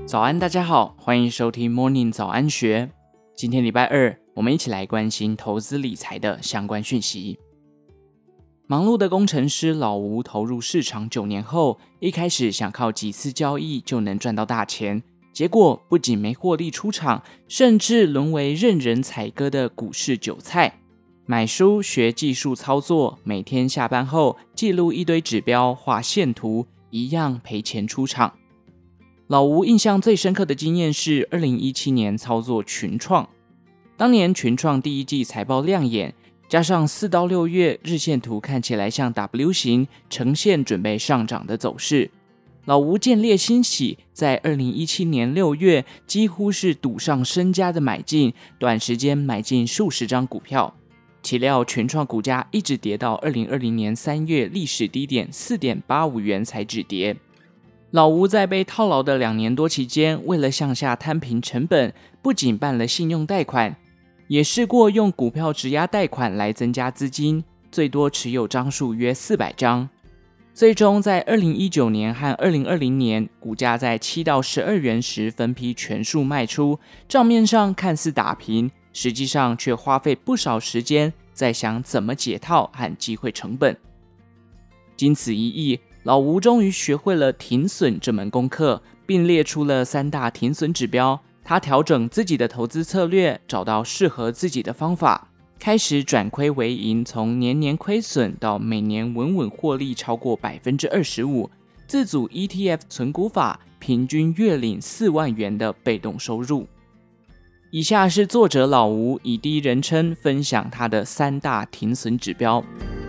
早安，大家好，欢迎收听 Morning 早安学。今天礼拜二，我们一起来关心投资理财的相关讯息。忙碌的工程师老吴投入市场9年后，一开始想靠几次交易就能赚到大钱，结果不仅没获利出场，甚至沦为任人宰割的股市韭菜。买书学技术操作，每天下班后记录一堆指标，画线图，一样赔钱出场。老吴印象最深刻的经验是2017年操作群创。当年群创第一季财报亮眼，加上4到6月日线图看起来像 W 型，呈现准备上涨的走势。老吴见猎欣喜，在2017年6月几乎是赌上身家的买进，短时间买进数十张股票。岂料群创股价一直跌到2020年3月历史低点 4.85 元才止跌。老吴在被套牢的2年多期间，为了向下摊平成本，不仅办了信用贷款，也试过用股票质押贷款来增加资金，最多持有张数约400张。最终在2019年和2020年，股价在7到12元时分批全数卖出，账面上看似打平，实际上却花费不少时间在想怎么解套和机会成本。经此一役，老吴终于学会了停损这门功课，并列出了3大停损指标。他调整自己的投资策略，找到适合自己的方法，开始转亏为盈，从年年亏损到每年稳稳获利超过 25%， 自组 ETF 存股法，平均月领4万元的被动收入。以下是作者老吴以第一人称分享他的3大停损指标。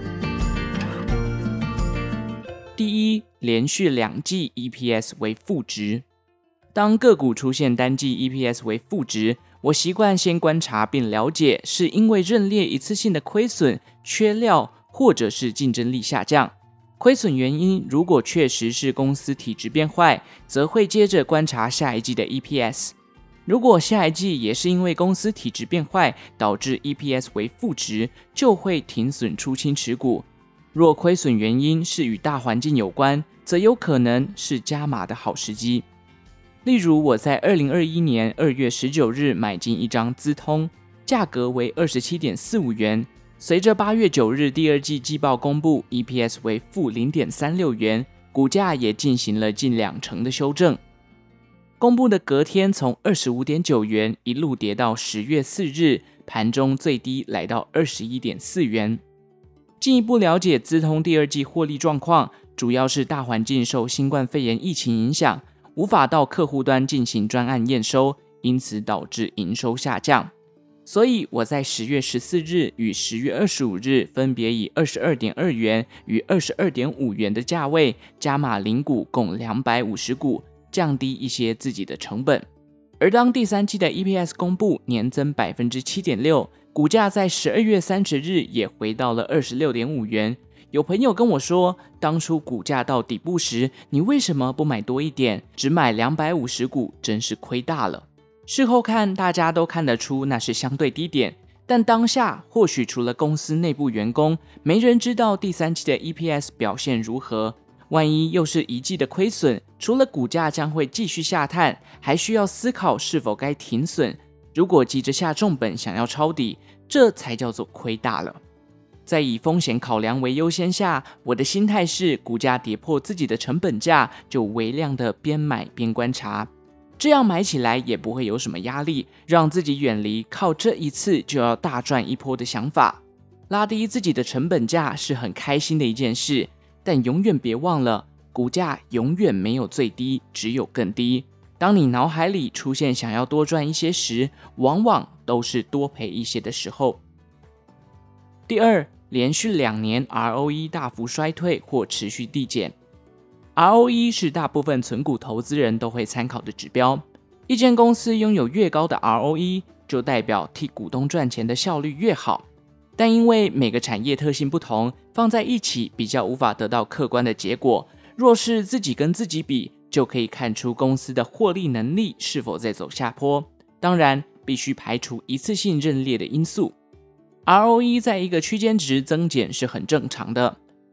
第一，连续2季 EPS 为负值。当个股出现单季 EPS 为负值，我习惯先观察并了解是因为认列一次性的亏损、缺料，或者是竞争力下降。亏损原因如果确实是公司体质变坏，则会接着观察下一季的 EPS。如果下一季也是因为公司体质变坏导致 EPS 为负值，就会停损出清持股。若亏损原因是与大环境有关，则有可能是加码的好时机。例如我在2021年2月19日买进一张资通，价格为 27.45 元，随着8月9日第二季季报公布， EPS 为负 0.36 元，股价也进行了近20%的修正。公布的隔天从 25.9 元一路跌到10月4日，盘中最低来到 21.4 元。进一步了解资通第二季获利状况，主要是大环境受新冠肺炎疫情影响，无法到客户端进行专案验收，因此导致营收下降。所以我在10月14日与10月25日分别以 22.2 元与 22.5 元的价位加码领股共250股，降低一些自己的成本。而当第3季的 EPS 公布，年增 7.6%， 股价在12月30日也回到了 26.5 元。有朋友跟我说，当初股价到底部时，你为什么不买多一点，只买250股，真是亏大了。事后看，大家都看得出那是相对低点，但当下或许除了公司内部员工，没人知道第3季的 EPS 表现如何。万一又是一季的亏损，除了股价将会继续下探，还需要思考是否该停损。如果急着下重本想要抄底，这才叫做亏大了。在以风险考量为优先下，我的心态是股价跌破自己的成本价，就微量的边买边观察，这样买起来也不会有什么压力，让自己远离靠这一次就要大赚一波的想法。拉低自己的成本价是很开心的一件事，但永远别忘了，股价永远没有最低，只有更低。当你脑海里出现想要多赚一些时，往往都是多赔一些的时候。第二，连续2年 ROE 大幅衰退或持续递减。ROE 是大部分存股投资人都会参考的指标。一间公司拥有越高的 ROE， 就代表替股东赚钱的效率越好。但因为每个产业特性不同，放在一起比较无法得到客观的结果。若是自己跟自己比，就可以看出公司的获利能力是否在走下坡。当然，必须排除一次性认列的因素。ROE 在一个区间值增减是很正常的。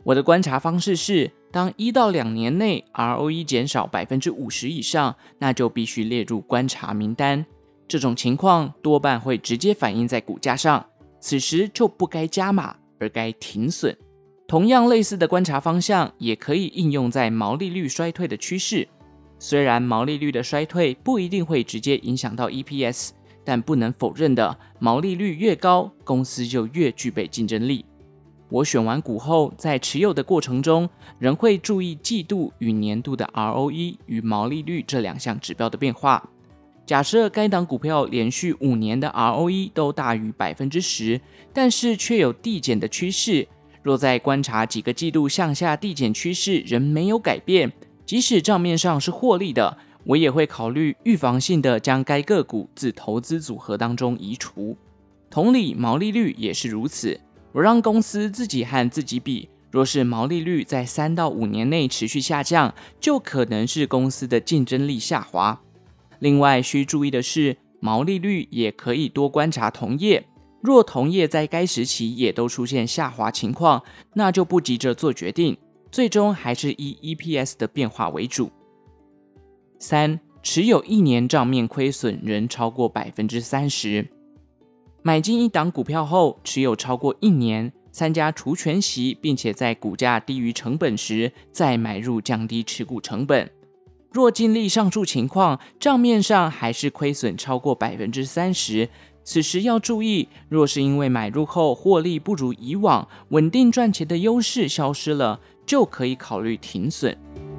我的观察方式是，当1到2年内 ROE 减少 50% 以上，那就必须列入观察名单。这种情况多半会直接反映在股价上，此时就不该加码，而该停损。同样类似的观察方向也可以应用在毛利率衰退的趋势。虽然毛利率的衰退不一定会直接影响到 EPS， 但不能否认的，毛利率越高，公司就越具备竞争力。我选完股后，在持有的过程中，仍会注意季度与年度的 ROE 与毛利率这2项指标的变化。假设该档股票连续5年的 ROE 都大于 10%， 但是却有递减的趋势，若在观察几个季度向下递减趋势仍没有改变，即使账面上是获利的，我也会考虑预防性的将该个股自投资组合当中移除。同理，毛利率也是如此，我让公司自己和自己比，若是毛利率在3到5年内持续下降，就可能是公司的竞争力下滑。另外需注意的是，毛利率也可以多观察同业，若同业在该时期也都出现下滑情况，那就不急着做决定，最终还是以 EPS 的变化为主。3. 持有1年账面亏损仍超过 30%。 买进一档股票后，持有超过1年，参加除权息，并且在股价低于成本时再买入，降低持股成本。若经历上述情况，账面上还是亏损超过 30%， 此时要注意，若是因为买入后获利不如以往，稳定赚钱的优势消失了，就可以考虑停损。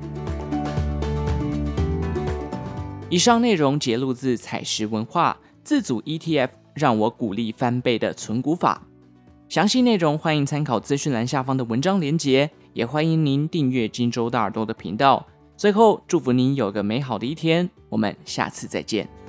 以上内容节录自采石文化自组 ETF 让我股利翻倍的存股法，详细内容欢迎参考资讯栏下方的文章连结，也欢迎您订阅金州大耳朵的频道。最后，祝福您有个美好的一天，我们下次再见。